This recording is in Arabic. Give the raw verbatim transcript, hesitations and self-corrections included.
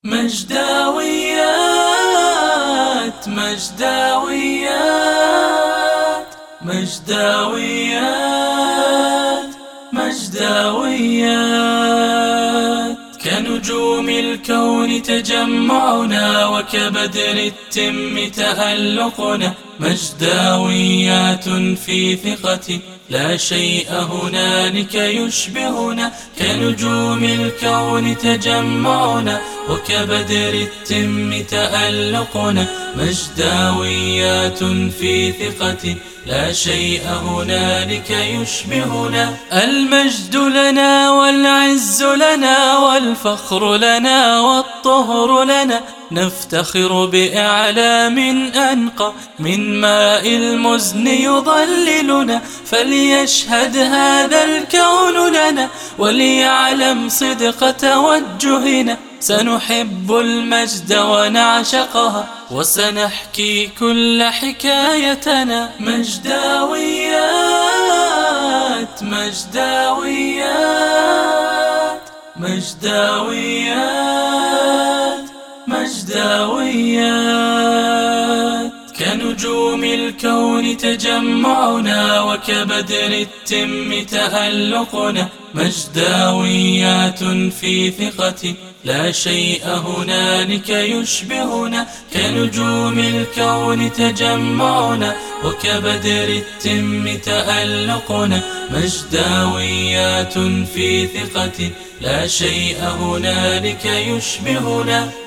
مجداويات مجداويات مجداويات مجداويات كنجوم الكون تجمعنا وكبدر التم تألقنا مجداويات في ثقة لا شيء هنالك يشبهنا كنجوم الكون تجمعنا وكبدر التم تألقنا مجداويات في ثقة لا شيء هنالك يشبهنا المجد لنا والعز لنا والفخر لنا والطهر لنا نفتخر بإعلام أنقى من ماء المزن يضللنا فليشهد هذا الكون لنا وليعلم صدق توجهنا سنحب المجد ونعشقها وسنحكي كل حكايتنا مجداويات مجداويات مجداويات مجداويات كنجوم الكون تجمعنا وكبدر التم تألقنا مجداويات في ثقة لا شيء هنالك يشبهنا كنجوم الكون تجمعنا وكبدر التم تألقنا مجداويات في ثقة لا شيء هنالك يشبهنا.